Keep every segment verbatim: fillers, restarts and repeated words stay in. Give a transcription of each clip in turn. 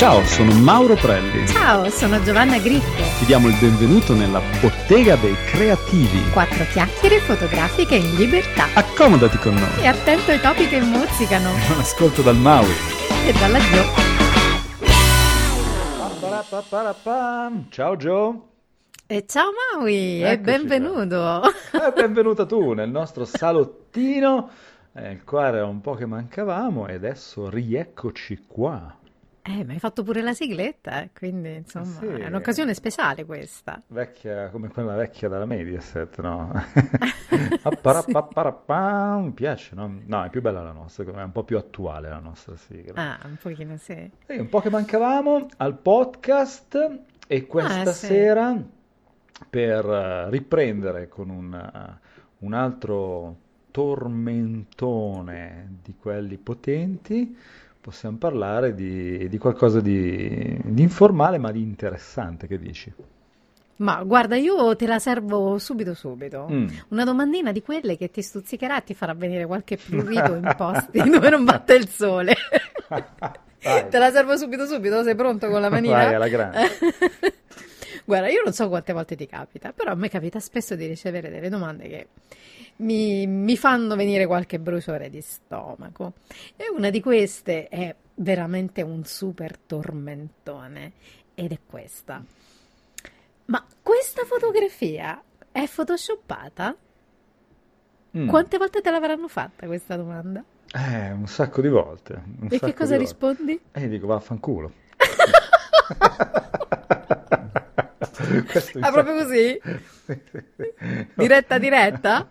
Ciao, sono Mauro Prelli. Ciao, sono Giovanna Grifo. Ti diamo il benvenuto nella Bottega dei Creativi. Quattro chiacchiere fotografiche in libertà. Accomodati con noi. E attento ai topi che mozzicano. Un ascolto dal Maui. E dalla Gio. Ciao Gio. E ciao Maui, e benvenuto. E benvenuta tu nel nostro salottino, eh, il quale era un po' che mancavamo, e adesso rieccoci qua. Eh, ma hai fatto pure la sigletta, eh, quindi insomma Sì. È un'occasione speciale questa. Vecchia come quella vecchia della Mediaset, no? Sì. Mi piace, no? No, è più bella la nostra, è un po' più attuale la nostra sigla. Ah, un pochino sì. E un po' che mancavamo al podcast, e questa Ah, sì. sera, per eh, riprendere con un, eh, un altro tormentone di quelli potenti, possiamo parlare di, di qualcosa di, di informale ma di interessante, che dici? Ma guarda, io te la servo subito subito. Mm. Una domandina di quelle che ti stuzzicherà e ti farà venire qualche prurito in posti dove non batte il sole. Vai. Te la servo subito subito, sei pronto con la manina? Vai, alla grande. Guarda, io non so quante volte ti capita, però a me capita spesso di ricevere delle domande che mi, mi fanno venire qualche bruciore di stomaco. E una di queste è veramente un super tormentone, ed è questa. Ma questa fotografia è photoshoppata? Mm. Quante volte te l'avranno fatta questa domanda? Eh, un sacco di volte. Un E sacco che cosa di volte. rispondi? E io dico, vaffanculo. Questo mi Ah, sa- proprio così? Sì, sì, sì. Diretta diretta?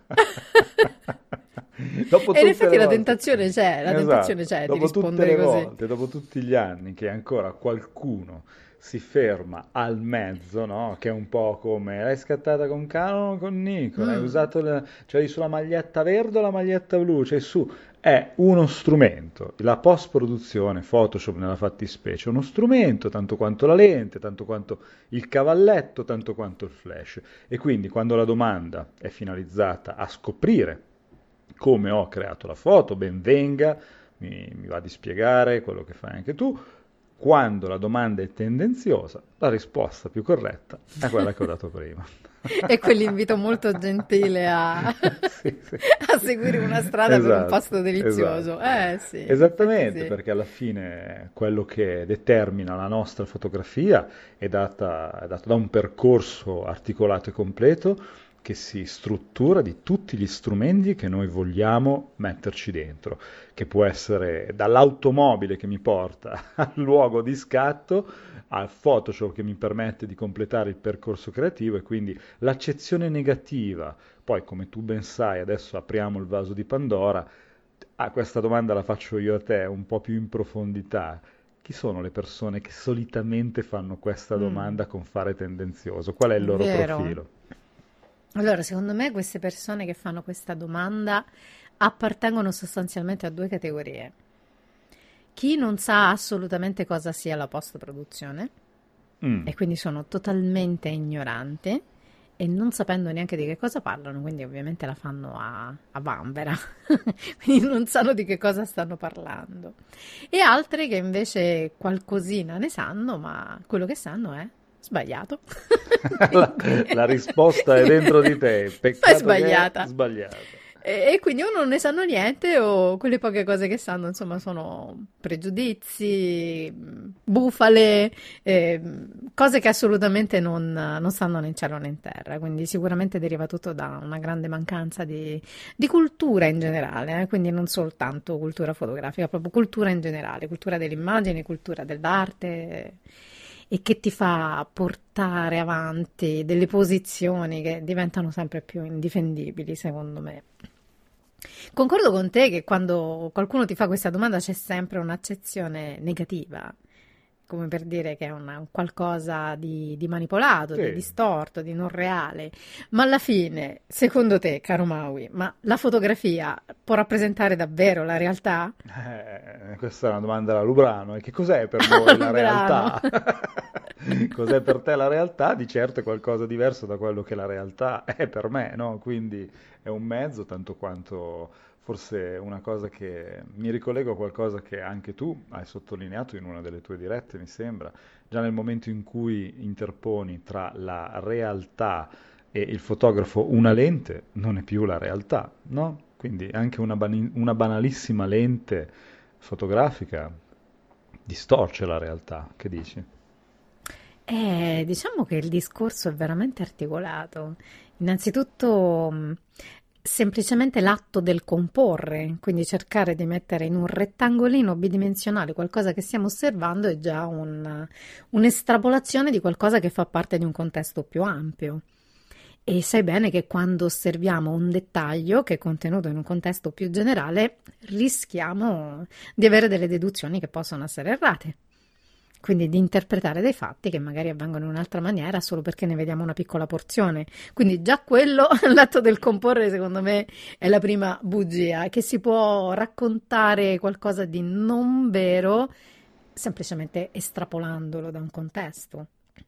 Dopo E in tutte effetti le la volte. tentazione c'è, la Esatto. tentazione c'è di Dopo tutte rispondere le così. volte, dopo tutti gli anni che ancora qualcuno si ferma al mezzo, no? Che è un po' come: l'hai scattata con Canon o con Nikon? Hai Mm. usato la... cioè sulla maglietta verde o la maglietta blu? Cioè su, è uno strumento. La post-produzione, Photoshop nella fattispecie, è uno strumento tanto quanto la lente, tanto quanto il cavalletto, tanto quanto il flash. E quindi quando la domanda è finalizzata a scoprire come ho creato la foto, ben venga, mi, mi va di spiegare quello che fai anche tu. Quando la domanda è tendenziosa, la risposta più corretta è quella che ho dato prima. E quell'invito molto gentile a, Sì, sì. a seguire una strada per un Esatto, pasto delizioso. esatto. Eh sì, Esattamente, infatti sì. perché alla fine quello che determina la nostra fotografia è data, è dato da un percorso articolato e completo, che si struttura di tutti gli strumenti che noi vogliamo metterci dentro, che può essere dall'automobile che mi porta al luogo di scatto, al Photoshop che mi permette di completare il percorso creativo, e quindi l'accezione negativa. Poi, come tu ben sai, adesso apriamo il vaso di Pandora. Ah, questa domanda la faccio io a te un po' più in profondità. Chi sono le persone che solitamente fanno questa Mm, domanda con fare tendenzioso? Qual è il loro vero. profilo? Allora, secondo me queste persone che fanno questa domanda appartengono sostanzialmente a due categorie. Chi non sa assolutamente cosa sia la post-produzione Mm. e quindi sono totalmente ignoranti e non sapendo neanche di che cosa parlano, quindi ovviamente la fanno a, a vanvera, quindi non sanno di che cosa stanno parlando. E altri che invece qualcosina ne sanno, ma quello che sanno è sbagliato. La, Quindi la risposta è dentro di te, è peccato che è sbagliata. sbagliata. E, e quindi o non ne sanno niente o quelle poche cose che sanno, insomma, sono pregiudizi, mh, bufale, eh, mh, cose che assolutamente non, non stanno né in cielo né in terra. Quindi sicuramente deriva tutto da una grande mancanza di, di cultura in generale, eh, quindi non soltanto cultura fotografica, proprio cultura in generale, cultura dell'immagine, cultura dell'arte. E che ti fa portare avanti delle posizioni che diventano sempre più indifendibili, secondo me. Concordo con te che quando qualcuno ti fa questa domanda c'è sempre un'accezione negativa, come per dire che è una- un qualcosa di, di manipolato, di Sì. distorto, di non reale. Ma alla fine, secondo te, caro Maui, ma la fotografia può rappresentare davvero la realtà? Eh, questa è una domanda alla Lubrano. E che cos'è per voi la Brano. realtà? Cos'è per te la realtà? Di certo è qualcosa diverso da quello che la realtà è per me, no? Quindi è un mezzo tanto quanto forse una cosa che mi ricollego a qualcosa che anche tu hai sottolineato in una delle tue dirette, mi sembra, già nel momento in cui interponi tra la realtà e il fotografo una lente, non è più la realtà, no? Quindi anche una, bani- una banalissima lente fotografica distorce la realtà, che dici? Eh, diciamo che il discorso è veramente articolato. Innanzitutto, mh, semplicemente l'atto del comporre, quindi cercare di mettere in un rettangolino bidimensionale qualcosa che stiamo osservando è già un- un'estrapolazione di qualcosa che fa parte di un contesto più ampio. E sai bene che quando osserviamo un dettaglio che è contenuto in un contesto più generale, rischiamo di avere delle deduzioni che possono essere errate. Quindi di interpretare dei fatti che magari avvengono in un'altra maniera solo perché ne vediamo una piccola porzione. Quindi già quello, l'atto del comporre, secondo me, è la prima bugia, che si può raccontare qualcosa di non vero semplicemente estrapolandolo da un contesto.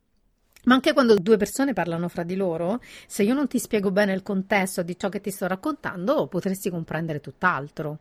Ma anche quando due persone parlano fra di loro, se io non ti spiego bene il contesto di ciò che ti sto raccontando, potresti comprendere tutt'altro.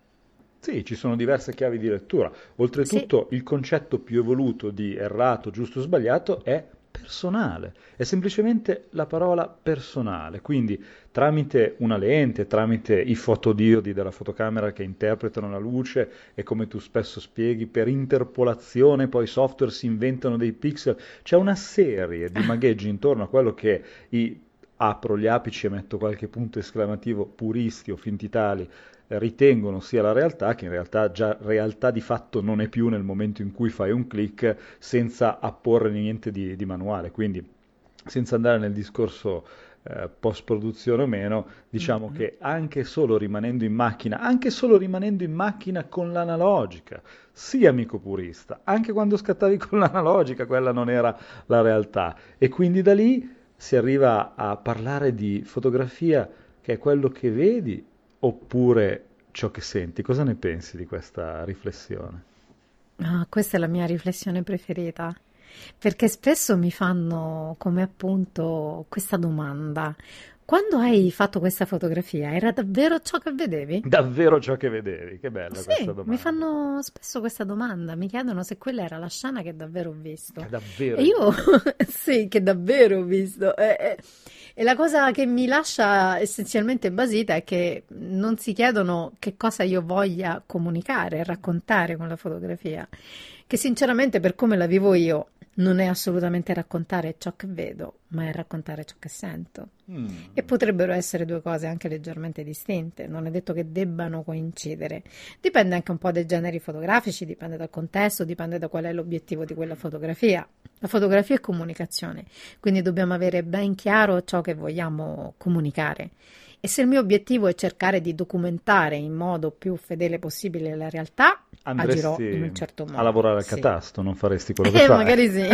Sì, ci sono diverse chiavi di lettura. Sì. Oltretutto, il concetto più evoluto di errato, giusto o sbagliato è personale, è semplicemente la parola personale. Quindi, tramite una lente, tramite i fotodiodi della fotocamera che interpretano la luce e come tu spesso spieghi, per interpolazione, poi i software si inventano dei pixel. C'è una serie di magheggi intorno a quello che i apro gli apici e metto qualche punto esclamativo puristi o finti tali ritengono sia la realtà, che in realtà già realtà di fatto non è più nel momento in cui fai un click senza apporre niente di, di manuale. Quindi, senza andare nel discorso eh, post-produzione o meno, diciamo Mhm. che anche solo rimanendo in macchina, anche solo rimanendo in macchina con l'analogica, sì amico purista, anche quando scattavi con l'analogica, quella non era la realtà. E quindi da lì si arriva a parlare di fotografia che è quello che vedi oppure ciò che senti. Cosa ne pensi di questa riflessione? Ah, questa è la mia riflessione preferita, perché spesso mi fanno come appunto questa domanda. Quando hai fatto questa fotografia, era davvero ciò che vedevi? Davvero ciò che vedevi? Che bella questa Sì, mi domanda. fanno spesso questa domanda, mi chiedono se quella era la scena che davvero ho Che visto. davvero E hai io visto? sì, che davvero ho visto. E, e- e la cosa che mi lascia essenzialmente basita è che non si chiedono che cosa io voglia comunicare, raccontare con la fotografia, che sinceramente per come la vivo io non è assolutamente raccontare ciò che vedo, ma è raccontare ciò che sento. E Mm. potrebbero essere due cose anche leggermente distinte, non è detto che debbano coincidere. Dipende anche un po' dai generi fotografici, dipende dal contesto, dipende da qual è l'obiettivo di quella fotografia. La fotografia è comunicazione, quindi dobbiamo avere ben chiaro ciò che vogliamo comunicare. E se il mio obiettivo è cercare di documentare in modo più fedele possibile la realtà, agirò in un Andresti certo a modo. lavorare al Sì. catasto, non faresti quello che Eh, fai. magari sì.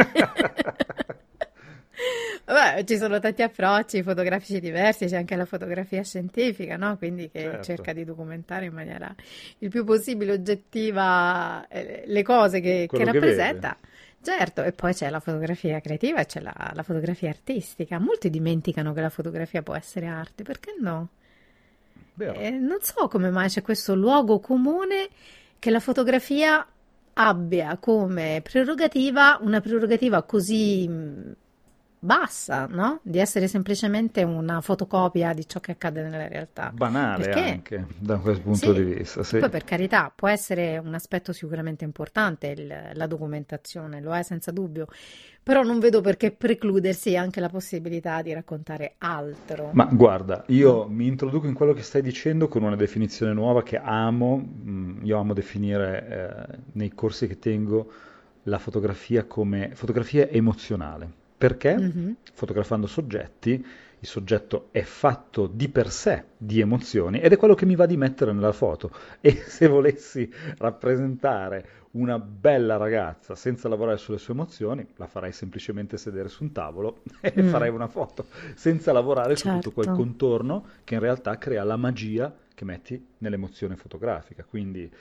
Vabbè, ci sono tanti approcci fotografici diversi, c'è anche la fotografia scientifica, no? Quindi che Certo, cerca di documentare in maniera il più possibile oggettiva eh, le cose che, che quello che vede. rappresenta. Certo, e poi c'è la fotografia creativa e c'è la, la fotografia artistica. Molti dimenticano che la fotografia può essere arte, perché no? Vero. Eh, non so come mai c'è questo luogo comune che la fotografia abbia come prerogativa una prerogativa così mh, bassa, no? Di essere semplicemente una fotocopia di ciò che accade nella realtà. Banale Perché? anche da questo punto di Sì, vista, che sì. poi per carità può essere un aspetto sicuramente importante il- la documentazione, lo è senza dubbio, però non vedo perché precludersi anche la possibilità di raccontare altro, Ma guarda, no? io mi introduco in quello che stai dicendo con una definizione nuova che amo, mm, io amo definire eh, nei corsi che tengo la fotografia come fotografia emozionale. Perché? Mhm. Fotografando soggetti, il soggetto è fatto di per sé di emozioni ed è quello che mi va di mettere nella foto. E se volessi rappresentare una bella ragazza senza lavorare sulle sue emozioni, la farei semplicemente sedere su un tavolo e farei Mm, una foto, senza lavorare su tutto quel certo. contorno che in realtà crea la magia che metti nell'emozione fotografica. Quindi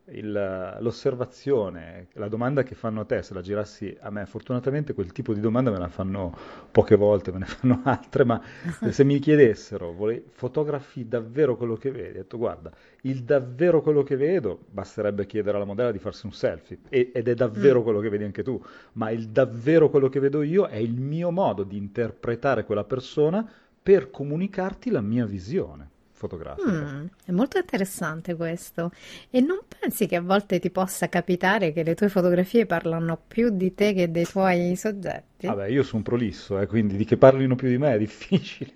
il- l'osservazione, la domanda che fanno a te, se la girassi a me, fortunatamente quel tipo di domanda me la fanno poche volte, me ne fanno altre, ma se mi chiedessero, "Vole- fotografi davvero quello che vedi?" Ho detto, guarda, il davvero quello che vedo, basterebbe chiedere alla modella di farsi un selfie, e- ed è davvero Mm, quello che vedi anche tu, ma il davvero quello che vedo io è il mio modo di interpretare quella persona per comunicarti la mia visione fotografica. mm, è molto interessante questo. E non pensi che a volte ti possa capitare che le tue fotografie parlano più di te che dei tuoi soggetti? Vabbè, io sono prolisso, eh, quindi di che parlino più di me è difficile.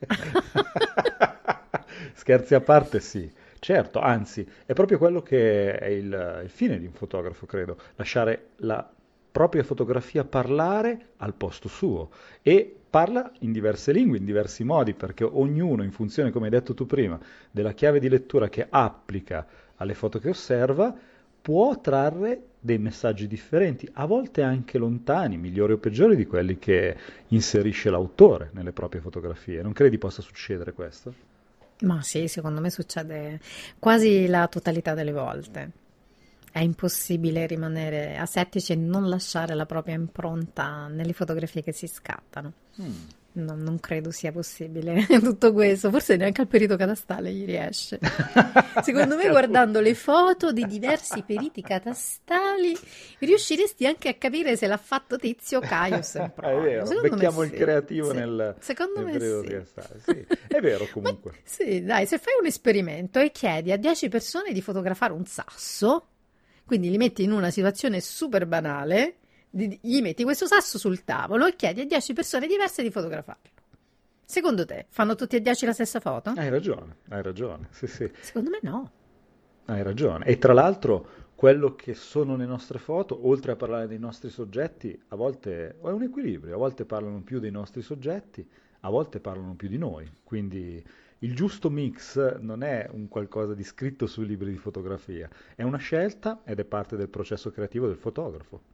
Scherzi a parte, sì. Certo, anzi, è proprio quello che è il, il fine di un fotografo, credo, lasciare la propria fotografia parlare al posto suo e parla in diverse lingue, in diversi modi, perché ognuno, in funzione, come hai detto tu prima, della chiave di lettura che applica alle foto che osserva, può trarre dei messaggi differenti, a volte anche lontani, migliori o peggiori di quelli che inserisce l'autore nelle proprie fotografie. Non credi possa succedere questo? Ma sì, secondo me succede quasi la totalità delle volte. È impossibile rimanere asettici e non lasciare la propria impronta nelle fotografie che si scattano. Mm. No, non credo sia possibile tutto questo, forse neanche al perito catastale gli riesce. Secondo me, Neanche a lui. guardando le foto di diversi periti catastali, riusciresti anche a capire se l'ha fatto Tizio, Caio o È Sempronio. vero, Secondo me becchiamo il sì, creativo sì. nel, Secondo nel me periodo sì. che sta. Sì, è vero Ma comunque. sì, dai, se fai un esperimento e chiedi a dieci persone di fotografare un sasso, quindi li metti in una situazione super banale, di- gli metti questo sasso sul tavolo e chiedi a dieci persone diverse di fotografarlo. Secondo te, fanno tutti e dieci la stessa foto? Hai ragione, hai ragione, sì, sì, Secondo me no. hai ragione. E tra l'altro, quello che sono le nostre foto, oltre a parlare dei nostri soggetti, a volte è un equilibrio, a volte parlano più dei nostri soggetti, a volte parlano più di noi. Quindi il giusto mix non è un qualcosa di scritto sui libri di fotografia, è una scelta ed è parte del processo creativo del fotografo.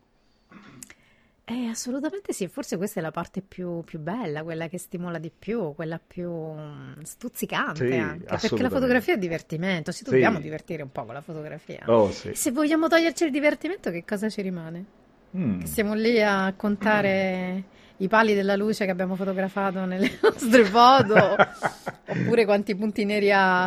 Eh, assolutamente sì, forse questa è la parte più, più bella, quella che stimola di più, quella più mm, stuzzicante Sì, anche, perché la fotografia assolutamente. è divertimento, ci dobbiamo Sì, divertire un po' con la fotografia. oh E sì. se vogliamo toglierci il divertimento, che cosa ci rimane? Che Mm. siamo lì a contare i pali della luce che abbiamo fotografato nelle nostre foto, oppure quanti punti neri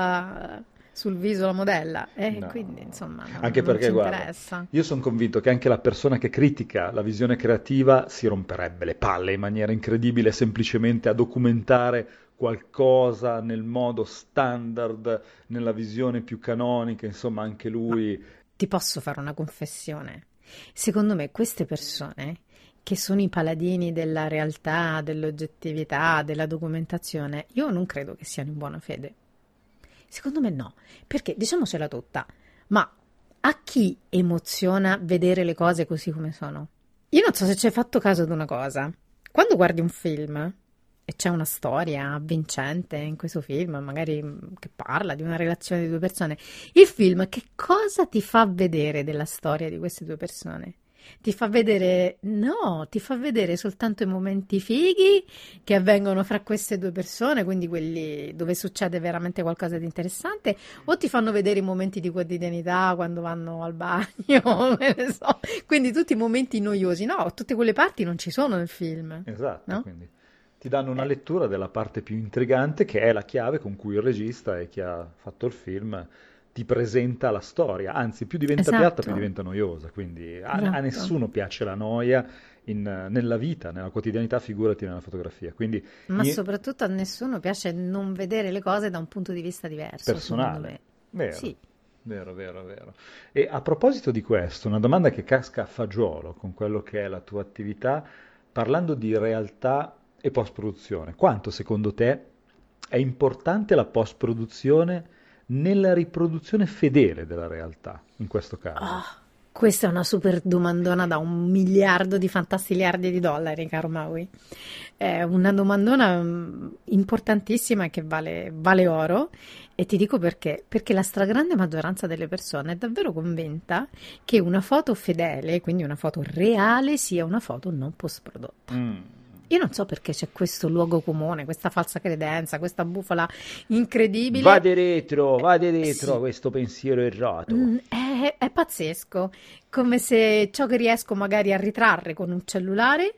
ha sul viso la modella. E quindi, No, insomma, non, anche non perché, ci guarda, interessa. io sono convinto che anche la persona che critica la visione creativa si romperebbe le palle in maniera incredibile semplicemente a documentare qualcosa nel modo standard, nella visione più canonica, insomma, anche Ma lui. ti posso fare una confessione? Secondo me queste persone che sono i paladini della realtà, dell'oggettività, della documentazione, io non credo che siano in buona fede. Secondo me no, perché diciamocela tutta, ma a chi emoziona vedere le cose così come sono? Io non so se ci hai fatto caso ad una cosa. Quando guardi un film e c'è una storia avvincente in questo film, magari mm, che parla di una relazione di due persone, il film che cosa ti fa vedere della storia di queste due persone? Ti fa vedere, no, ti fa vedere soltanto i momenti fighi che avvengono fra queste due persone, quindi quelli dove succede veramente qualcosa di interessante, o ti fanno vedere i momenti di quotidianità quando vanno al bagno, che ne so, quindi tutti i momenti noiosi. No, tutte quelle parti non ci sono nel film, Esatto, no? quindi ti danno una Eh, lettura della parte più intrigante che è la chiave con cui il regista e chi ha fatto il film ti presenta la storia, anzi più diventa piatta più esatto, diventa noiosa, quindi a, a esatto. nessuno piace la noia in- nella vita, nella quotidianità, figurati nella fotografia, quindi Ma i- soprattutto a nessuno piace non vedere le cose da un punto di vista diverso, secondo personale, me. vero, Sì. vero, vero, vero. E a proposito di questo, una domanda che casca a fagiolo con quello che è la tua attività, parlando di realtà e post-produzione, quanto secondo te è importante la post-produzione nella riproduzione fedele della realtà, in questo caso? Ah, questa è una super domandona da un miliardo di fantastiliardi di dollari, caro Maui. È una domandona mm, importantissima che vale, vale oro e ti dico perché. Perché la stragrande maggioranza delle persone è davvero convinta che una foto fedele, quindi una foto reale, sia una foto non post-prodotta. Mm. Io non so perché c'è questo luogo comune, questa falsa credenza, questa bufala incredibile. Vade retro, Eh, vade retro sì, questo pensiero errato. Mm, è, è pazzesco, come se ciò che riesco magari a ritrarre con un cellulare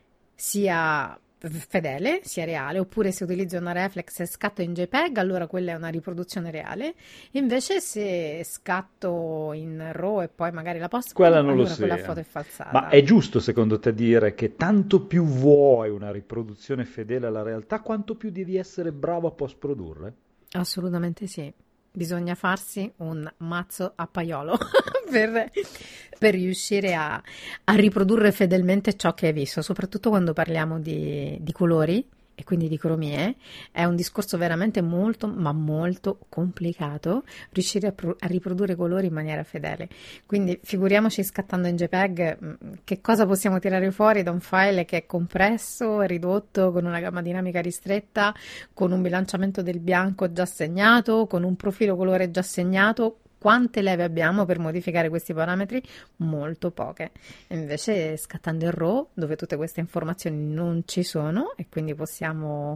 sia fedele, sia reale, oppure se utilizzo una reflex e scatto in JPEG, allora quella è una riproduzione reale. Invece se scatto in RAW e poi magari la posto, Quella non lo allora quella sia. foto è Ma falsata. è giusto secondo te dire che tanto più vuoi una riproduzione fedele alla realtà, quanto più devi essere bravo a post-produrre? Assolutamente sì. Bisogna farsi un mazzo a paiolo per, per riuscire a, a riprodurre fedelmente ciò che hai visto, soprattutto quando parliamo di, di colori e quindi di cromie. È un discorso veramente molto, ma molto complicato riuscire a, pro- a riprodurre colori in maniera fedele. Quindi figuriamoci scattando in JPEG, mh, che cosa possiamo tirare fuori da un file che è compresso, ridotto, con una gamma dinamica ristretta, con un bilanciamento del bianco già segnato, con un profilo colore già segnato. Quante leve abbiamo per modificare questi parametri? Molto poche. E invece scattando in RAW, dove tutte queste informazioni non ci sono e quindi possiamo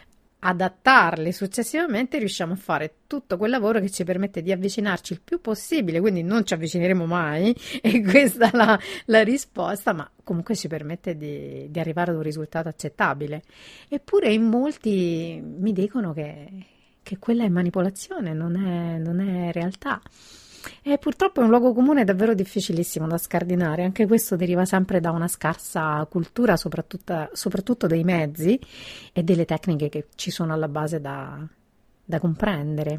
adattarle successivamente, riusciamo a fare tutto quel lavoro che ci permette di avvicinarci il più possibile, quindi non ci avvicineremo mai, e questa è la, la risposta, ma comunque ci permette di, di arrivare ad un risultato accettabile. Eppure in molti mi dicono che, che quella è manipolazione, non è, non è realtà. E purtroppo è un luogo comune davvero difficilissimo da scardinare, anche questo deriva sempre da una scarsa cultura, soprattutto, soprattutto dei mezzi e delle tecniche che ci sono alla base da, da comprendere.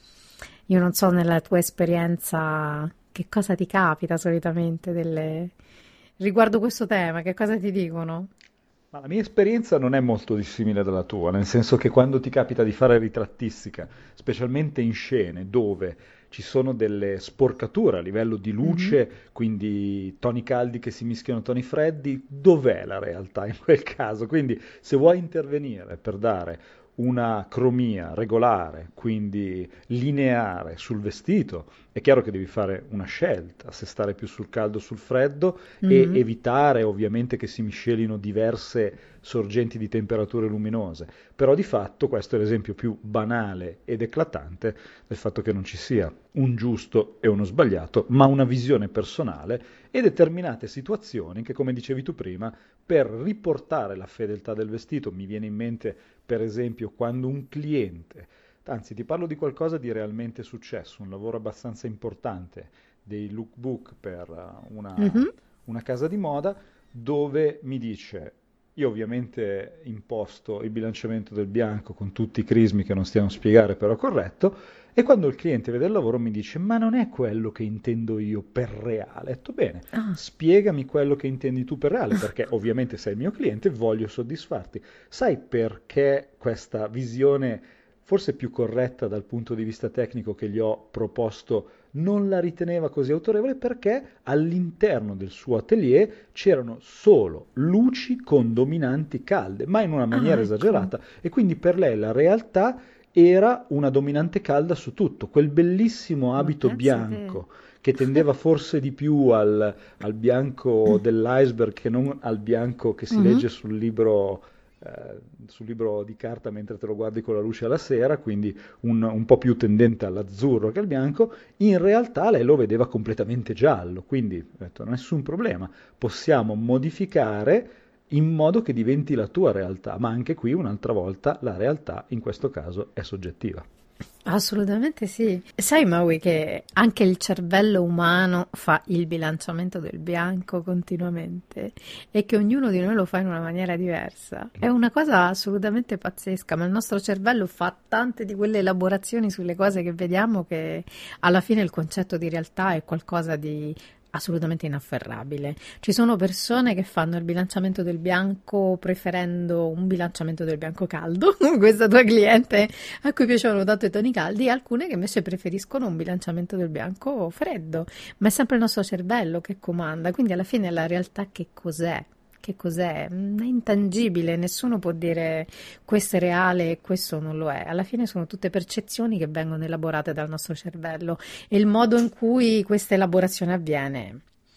Io non so nella tua esperienza che cosa ti capita solitamente delle... riguardo questo tema, che cosa ti dicono? Ma la mia esperienza non è molto dissimile dalla tua, nel senso che quando ti capita di fare ritrattistica, specialmente in scene dove ci sono delle sporcature a livello di Mhm. luce, quindi toni caldi che si mischiano a toni freddi, dov'è la realtà in quel caso? Quindi se vuoi intervenire per dare una cromia regolare, quindi lineare sul vestito, è chiaro che devi fare una scelta, se stare più sul caldo o sul freddo e Mhm. evitare ovviamente che si miscelino diverse sorgenti di temperature luminose. Però di fatto questo è l'esempio più banale ed eclatante del fatto che non ci sia un giusto e uno sbagliato, ma una visione personale e determinate situazioni che, come dicevi tu prima, per riportare la fedeltà del vestito, mi viene in mente per esempio quando un cliente, anzi ti parlo di qualcosa di realmente successo, un lavoro abbastanza importante, dei lookbook per eh, una, Mhm. una casa di moda, dove mi dice, io ovviamente imposto il bilanciamento del bianco con tutti i crismi che non stiamo a spiegare, però corretto, e quando il cliente vede il lavoro mi dice, ma non è quello che intendo io per reale. Ho detto, bene, Ah. spiegami quello che intendi tu per reale, perché ovviamente sei il mio cliente e voglio soddisfarti. Sai perché questa visione, forse più corretta dal punto di vista tecnico che gli ho proposto, non la riteneva così autorevole? Perché all'interno del suo atelier c'erano solo luci con dominanti calde, ma in una maniera Ah, ecco. esagerata, e quindi per lei la realtà era una dominante calda su tutto, quel bellissimo Ma abito pensa te. bianco che tendeva forse di più al, al bianco dell'iceberg che non al bianco che si Mhm. legge sul libro, eh, sul libro di carta mentre te lo guardi con la luce alla sera, quindi un, un po' più tendente all'azzurro che al bianco, in realtà lei lo vedeva completamente giallo, quindi ho detto nessun problema, possiamo modificare in modo che diventi la tua realtà, ma anche qui un'altra volta la realtà in questo caso è soggettiva. Assolutamente sì. Sai, Maui, che anche il cervello umano fa il bilanciamento del bianco continuamente e che ognuno di noi lo fa in una maniera diversa. È una cosa assolutamente pazzesca, ma il nostro cervello fa tante di quelle elaborazioni sulle cose che vediamo che alla fine il concetto di realtà è qualcosa di assolutamente inafferrabile. Ci sono persone che fanno il bilanciamento del bianco preferendo un bilanciamento del bianco caldo, questa tua cliente a cui piacevano tanto i toni caldi, e alcune che invece preferiscono un bilanciamento del bianco freddo, ma è sempre il nostro cervello che comanda, quindi alla fine la realtà che cos'è? Che cos'è? Mm, È intangibile, nessuno può dire questo è reale e questo non lo è. Alla fine sono tutte percezioni che vengono elaborate dal nostro cervello e il modo in cui questa elaborazione avviene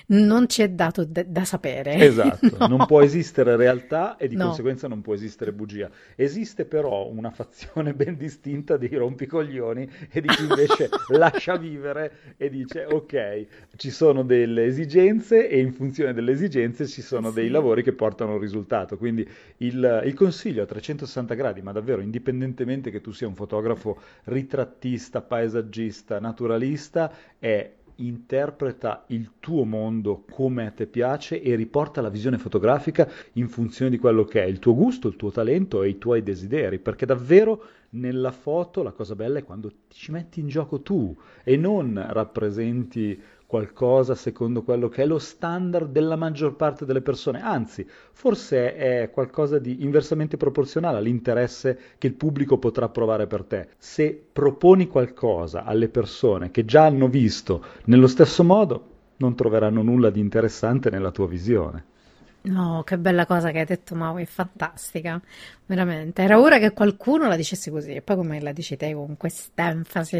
non ci è dato da, da sapere. Esatto, No, non può esistere realtà e di no. conseguenza non può esistere bugia. Esiste però una fazione ben distinta dei rompicoglioni e di chi invece lascia vivere e dice ok, ci sono delle esigenze e in funzione delle esigenze ci sono dei Sì. lavori che portano a un risultato. Quindi il, il consiglio a trecentosessanta gradi, ma davvero indipendentemente che tu sia un fotografo ritrattista, paesaggista, naturalista, è interpreta il tuo mondo come a te piace e riporta la visione fotografica in funzione di quello che è il tuo gusto, il tuo talento e i tuoi desideri, perché davvero nella foto la cosa bella è quando ti ci metti in gioco tu e non rappresenti qualcosa secondo quello che è lo standard della maggior parte delle persone, anzi, forse è qualcosa di inversamente proporzionale all'interesse che il pubblico potrà provare per te. Se proponi qualcosa alle persone che già hanno visto nello stesso modo, non troveranno nulla di interessante nella tua visione. No, che bella cosa che hai detto, Mauro, è fantastica, veramente. Era ora che qualcuno la dicesse così, e poi come la dici te, con quest'enfasi,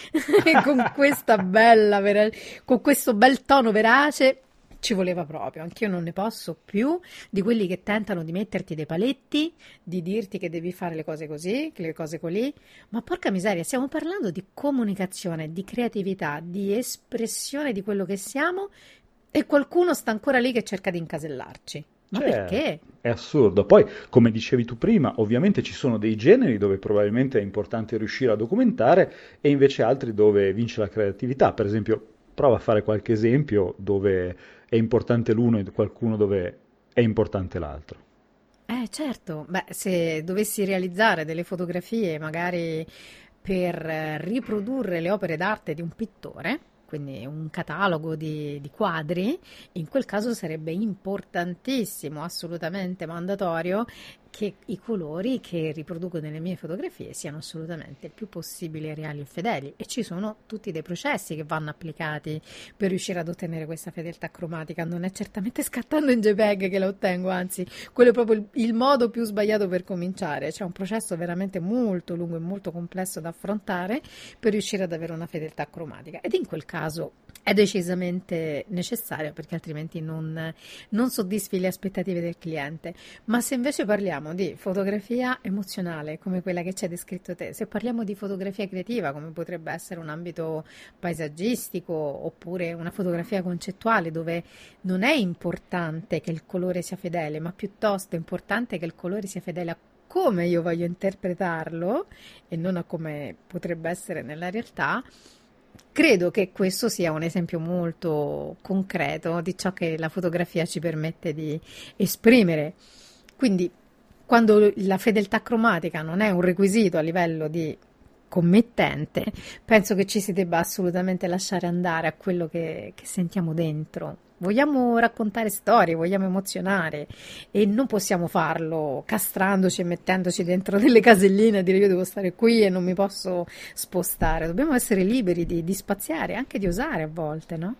e con questa bella, vera- con questo bel tono verace, ci voleva proprio. Anch'io non ne posso più di quelli che tentano di metterti dei paletti, di dirti che devi fare le cose così, che le cose così. Ma porca miseria, stiamo parlando di comunicazione, di creatività, di espressione di quello che siamo. E qualcuno sta ancora lì che cerca di incasellarci. Ma Cioè, perché? è assurdo. Poi, come dicevi tu prima, ovviamente ci sono dei generi dove probabilmente è importante riuscire a documentare e invece altri dove vince la creatività. Per esempio, prova a fare qualche esempio dove è importante l'uno e qualcuno dove è importante l'altro. Eh, certo, beh, se dovessi realizzare delle fotografie magari per eh, riprodurre le opere d'arte di un pittore, quindi un catalogo di, di quadri, in quel caso sarebbe importantissimo, assolutamente mandatorio, che i colori che riproduco nelle mie fotografie siano assolutamente il più possibile reali e fedeli. E ci sono tutti dei processi che vanno applicati per riuscire ad ottenere questa fedeltà cromatica. Non è certamente scattando in JPEG che la ottengo, anzi, quello è proprio il, il modo più sbagliato per cominciare. C'è un processo veramente molto lungo e molto complesso da affrontare per riuscire ad avere una fedeltà cromatica. Ed in quel caso è decisamente necessario, perché altrimenti non, non soddisfi le aspettative del cliente. Ma se invece parliamo di fotografia emozionale, come quella che ci hai descritto te, se parliamo di fotografia creativa, come potrebbe essere un ambito paesaggistico oppure una fotografia concettuale, dove non è importante che il colore sia fedele, ma piuttosto è importante che il colore sia fedele a come io voglio interpretarlo e non a come potrebbe essere nella realtà. Credo che questo sia un esempio molto concreto di ciò che la fotografia ci permette di esprimere. Quindi, quando la fedeltà cromatica non è un requisito a livello di committente, penso che ci si debba assolutamente lasciare andare a quello che, che sentiamo dentro. Vogliamo raccontare storie, vogliamo emozionare e non possiamo farlo castrandoci e mettendoci dentro delle caselline e dire io devo stare qui e non mi posso spostare. Dobbiamo essere liberi di, di spaziare, anche di osare a volte, no?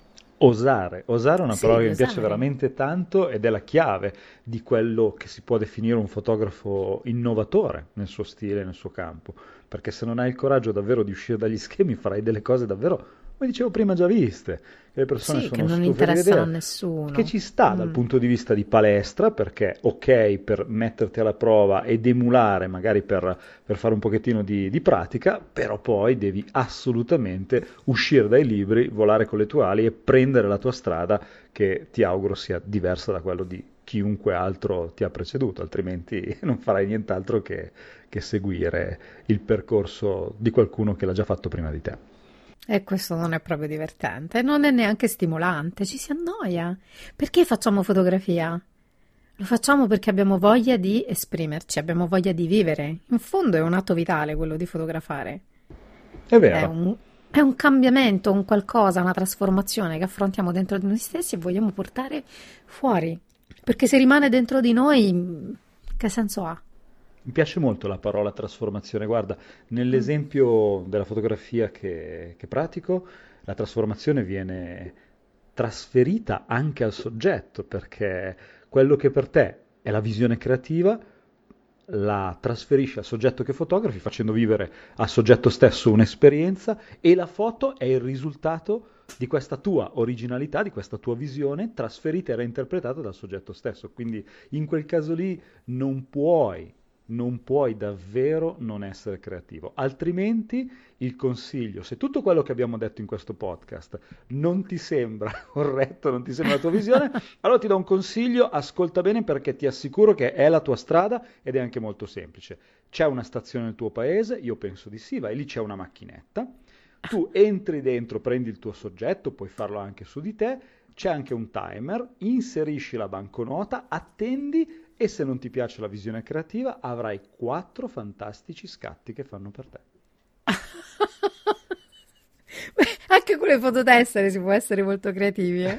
Osare, osare è una Sì, parola di che mi piace osare. veramente tanto ed è la chiave di quello che si può definire un fotografo innovatore nel suo stile, nel suo campo, perché se non hai il coraggio davvero di uscire dagli schemi farai delle cose davvero, come dicevo prima, già viste, che le persone Sì, che sono non stufe di interessano a vedere, che nessuno. ci sta dal Mm. punto di vista di palestra, perché ok per metterti alla prova ed emulare, magari per, per fare un pochettino di, di pratica, però poi devi assolutamente uscire dai libri, volare con le tue ali e prendere la tua strada, che ti auguro sia diversa da quello di chiunque altro ti ha preceduto, altrimenti non farai nient'altro che, che seguire il percorso di qualcuno che l'ha già fatto prima di te. E questo non è proprio divertente, non è neanche stimolante, ci si annoia. Perché facciamo fotografia? Lo facciamo perché abbiamo voglia di esprimerci, abbiamo voglia di vivere. In fondo è un atto vitale quello di fotografare. È È vero. un, è un cambiamento, un qualcosa, una trasformazione che affrontiamo dentro di noi stessi e vogliamo portare fuori. Perché se rimane dentro di noi, che senso ha? Mi piace molto la parola trasformazione. Guarda, Mm. nell'esempio della fotografia che, che pratico, la trasformazione viene trasferita anche al soggetto, perché quello che per te è la visione creativa, la trasferisci al soggetto che fotografi, facendo vivere al soggetto stesso un'esperienza e la foto è il risultato di questa tua originalità, di questa tua visione trasferita e reinterpretata dal soggetto stesso. Quindi in quel caso lì non puoi, non puoi davvero non essere creativo. Altrimenti il consiglio, se tutto quello che abbiamo detto in questo podcast non ti sembra corretto, non ti sembra la tua visione, allora ti do un consiglio, ascolta bene perché ti assicuro che è la tua strada ed è anche molto semplice. C'è una stazione nel tuo paese? Io penso di sì, vai lì, c'è una macchinetta, tu entri dentro, prendi il tuo soggetto, puoi farlo anche su di te, c'è anche un timer, inserisci la banconota, attendi e se non ti piace la visione creativa avrai quattro fantastici scatti che fanno per te. Anche con le fototessere si può essere molto creativi, eh?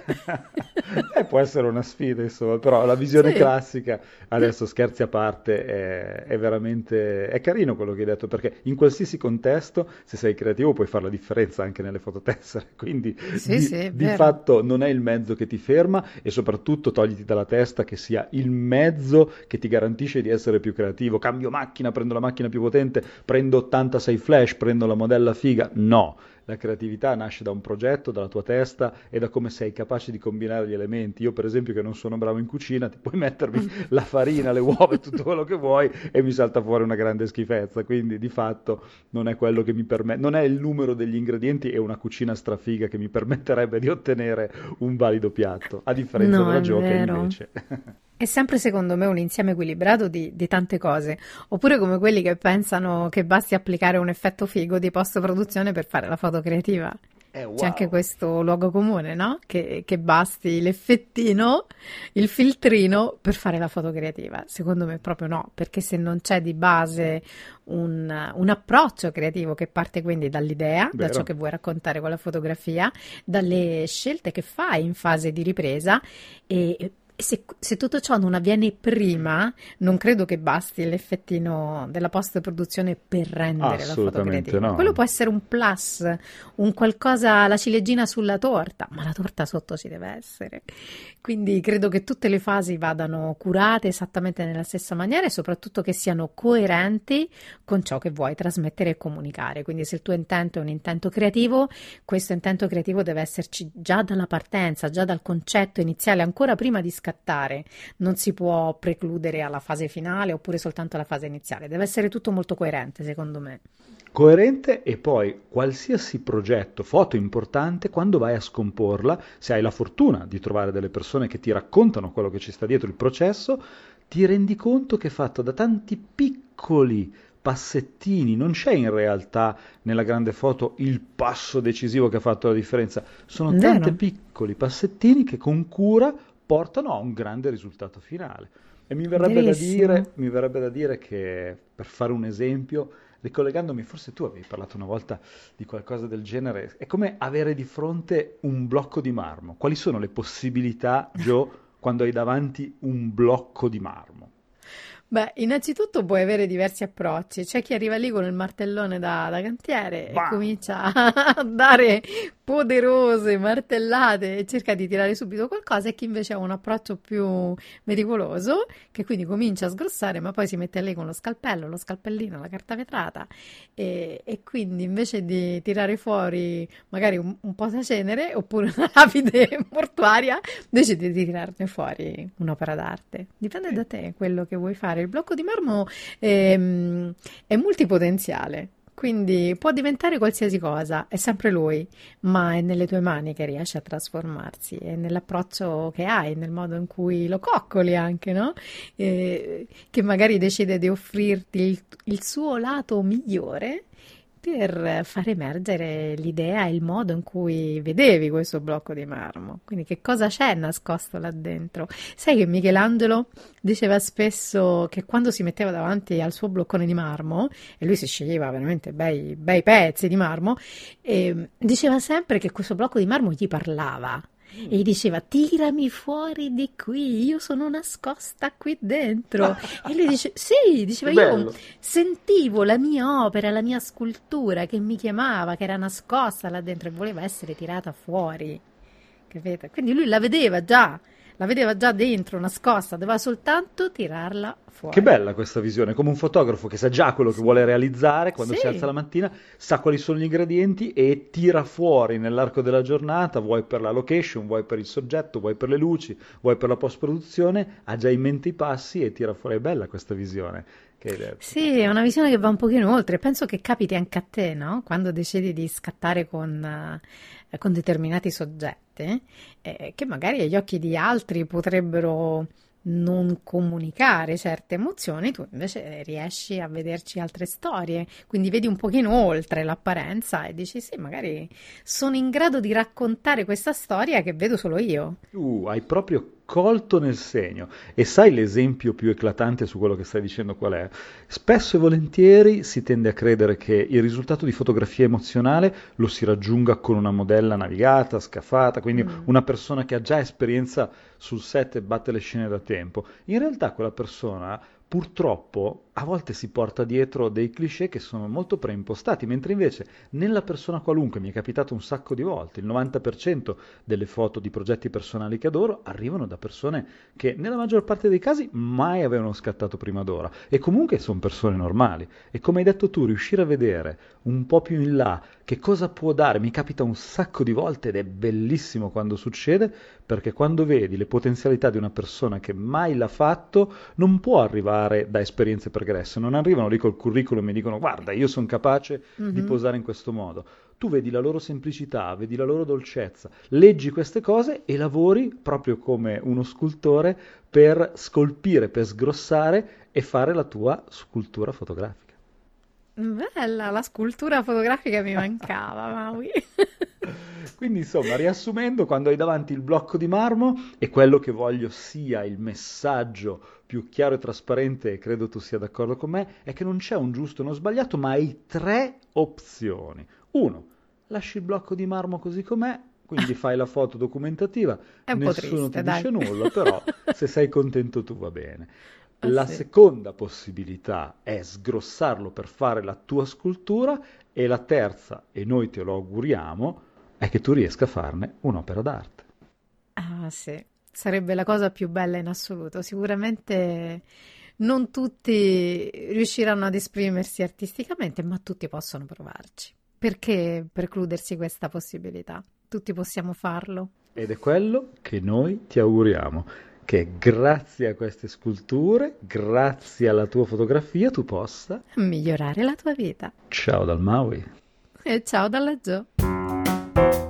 Eh, può essere una sfida, insomma, però la visione Sì. classica, adesso scherzi a parte, è, è veramente, è carino quello che hai detto, perché in qualsiasi contesto, se sei creativo, puoi fare la differenza anche nelle fototessere, quindi Sì, di, sì, è di vero. fatto non è il mezzo che ti ferma e soprattutto togliti dalla testa che sia il mezzo che ti garantisce di essere più creativo. Cambio macchina, prendo la macchina più potente, prendo ottantasei flash, prendo la modella figa. No. La creatività nasce da un progetto, dalla tua testa e da come sei capace di combinare gli elementi. Io, per esempio, che non sono bravo in cucina, ti puoi mettermi la farina, le uova e tutto quello che vuoi e mi salta fuori una grande schifezza. Quindi, di fatto, non è quello che mi permette, non è il numero degli ingredienti e una cucina strafiga che mi permetterebbe di ottenere un valido piatto, a differenza No, della è Gio che vero. invece. È sempre secondo me un insieme equilibrato di, di tante cose, oppure come quelli che pensano che basti applicare un effetto figo di post-produzione per fare la foto creativa. Eh, C'è anche wow! questo luogo comune, no? Che, che basti l'effettino, il filtrino per fare la foto creativa. Secondo me proprio no, perché se non c'è di base un, un approccio creativo che parte quindi dall'idea, da ciò Vero? che vuoi raccontare con la fotografia, dalle scelte che fai in fase di ripresa e e se, se tutto ciò non avviene prima, non credo che basti l'effettino della post-produzione per rendere la foto Assolutamente creativa. Quello no. può essere un plus, un qualcosa, la ciliegina sulla torta, ma la torta sotto ci deve essere. Quindi credo che tutte le fasi vadano curate esattamente nella stessa maniera e soprattutto che siano coerenti con ciò che vuoi trasmettere e comunicare. Quindi se il tuo intento è un intento creativo, questo intento creativo deve esserci già dalla partenza, già dal concetto iniziale, ancora prima di scattare. Non si può precludere alla fase finale oppure soltanto alla fase iniziale. Deve essere tutto molto coerente, secondo me. Coerente e poi qualsiasi progetto, foto importante, quando vai a scomporla, se hai la fortuna di trovare delle persone che ti raccontano quello che ci sta dietro il processo, ti rendi conto che è fatto da tanti piccoli passettini, non c'è in realtà nella grande foto il passo decisivo che ha fatto la differenza, sono tanti Vero? piccoli passettini che con cura portano a un grande risultato finale. E mi verrebbe da Verissimo. dire, mi verrebbe da dire che, per fare un esempio, ricollegandomi, forse tu avevi parlato una volta di qualcosa del genere, è come avere di fronte un blocco di marmo. Quali sono le possibilità, Joe, quando hai davanti un blocco di marmo? Beh, innanzitutto puoi avere diversi approcci. C'è chi arriva lì con il martellone da, da cantiere e Bam! comincia a dare poderose martellate e cerca di tirare subito qualcosa, e chi invece ha un approccio più meticoloso, che quindi comincia a sgrossare, ma poi si mette lì con lo scalpello, lo scalpellino, la carta vetrata e, e quindi invece di tirare fuori magari un, un posacenere oppure una lapide mortuaria, decidi di tirarne fuori un'opera d'arte. Dipende Sì. da te quello che vuoi fare. Il blocco di marmo ehm, è multipotenziale, quindi può diventare qualsiasi cosa, è sempre lui, ma è nelle tue mani che riesce a trasformarsi, è nell'approccio che hai, nel modo in cui lo coccoli anche, no? Eh, che magari decide di offrirti il, il suo lato migliore per far emergere l'idea e il modo in cui vedevi questo blocco di marmo. Quindi che cosa c'è nascosto là dentro? Sai che Michelangelo diceva spesso che quando si metteva davanti al suo bloccone di marmo, e lui si sceglieva veramente bei, bei pezzi di marmo, e diceva sempre che questo blocco di marmo gli parlava. E gli diceva: tirami fuori di qui, io sono nascosta qui dentro. E lui dice: sì, diceva, Che io bello! sentivo la mia opera, la mia scultura che mi chiamava, che era nascosta là dentro e voleva essere tirata fuori, capite? Quindi lui la vedeva già la vedeva già dentro, nascosta, doveva soltanto tirarla Che fuori. bella questa visione, come un fotografo che sa già quello che vuole realizzare quando si alza Sì, la mattina, sa quali sono gli ingredienti e tira fuori nell'arco della giornata, vuoi per la location, vuoi per il soggetto, vuoi per le luci, vuoi per la post-produzione, ha già in mente i passi e tira fuori. È bella questa visione che hai detto. sì, è una visione che va un pochino oltre. Penso che capiti anche a te, no? Quando decidi di scattare con, eh, con determinati soggetti, eh, che magari agli occhi di altri potrebbero non comunicare certe emozioni, tu invece riesci a vederci altre storie, quindi vedi un pochino oltre l'apparenza e dici sì, magari sono in grado di raccontare questa storia che vedo solo io. Uh, hai proprio colto nel segno. E sai l'esempio più eclatante su quello che stai dicendo qual è? Spesso e volentieri si tende a credere che il risultato di fotografia emozionale lo si raggiunga con una modella navigata, scaffata, quindi Mm. una persona che ha già esperienza sul set e batte le scene da tempo. In realtà quella persona purtroppo a volte si porta dietro dei cliché che sono molto preimpostati, mentre invece nella persona qualunque, mi è capitato un sacco di volte, il novanta per cento delle foto di progetti personali che adoro arrivano da persone che nella maggior parte dei casi mai avevano scattato prima d'ora e comunque sono persone normali. E come hai detto tu, riuscire a vedere un po' più in là che cosa può dare, mi capita un sacco di volte ed è bellissimo quando succede, perché quando vedi le potenzialità di una persona che mai l'ha fatto, non può arrivare da esperienze pregresse, non arrivano lì col curriculum e dicono guarda, io sono capace di Mhm. posare in questo modo. Tu vedi la loro semplicità, vedi la loro dolcezza, leggi queste cose e lavori proprio come uno scultore per scolpire, per sgrossare e fare la tua scultura fotografica. Bella, la scultura fotografica mi mancava, Maui. Quindi insomma, riassumendo, quando hai davanti il blocco di marmo e quello che voglio sia il messaggio più chiaro e trasparente, e credo tu sia d'accordo con me, è che non c'è un giusto e uno sbagliato, ma hai tre opzioni. Uno, lasci il blocco di marmo così com'è, quindi fai la foto documentativa, È un po' nessuno ti triste, dai. dice nulla, però se sei contento tu va bene. Ah, La sì. seconda possibilità è sgrossarlo per fare la tua scultura e la terza, e noi te lo auguriamo, è che tu riesca a farne un'opera d'arte. Ah, sì. Sarebbe la cosa più bella in assoluto. Sicuramente non tutti riusciranno ad esprimersi artisticamente, ma tutti possono provarci. Perché precludersi questa possibilità? Tutti possiamo farlo. Ed è quello che noi ti auguriamo, che grazie a queste sculture, grazie alla tua fotografia, tu possa... Migliorare la tua vita. Ciao dal Maui! E ciao dalla Gio.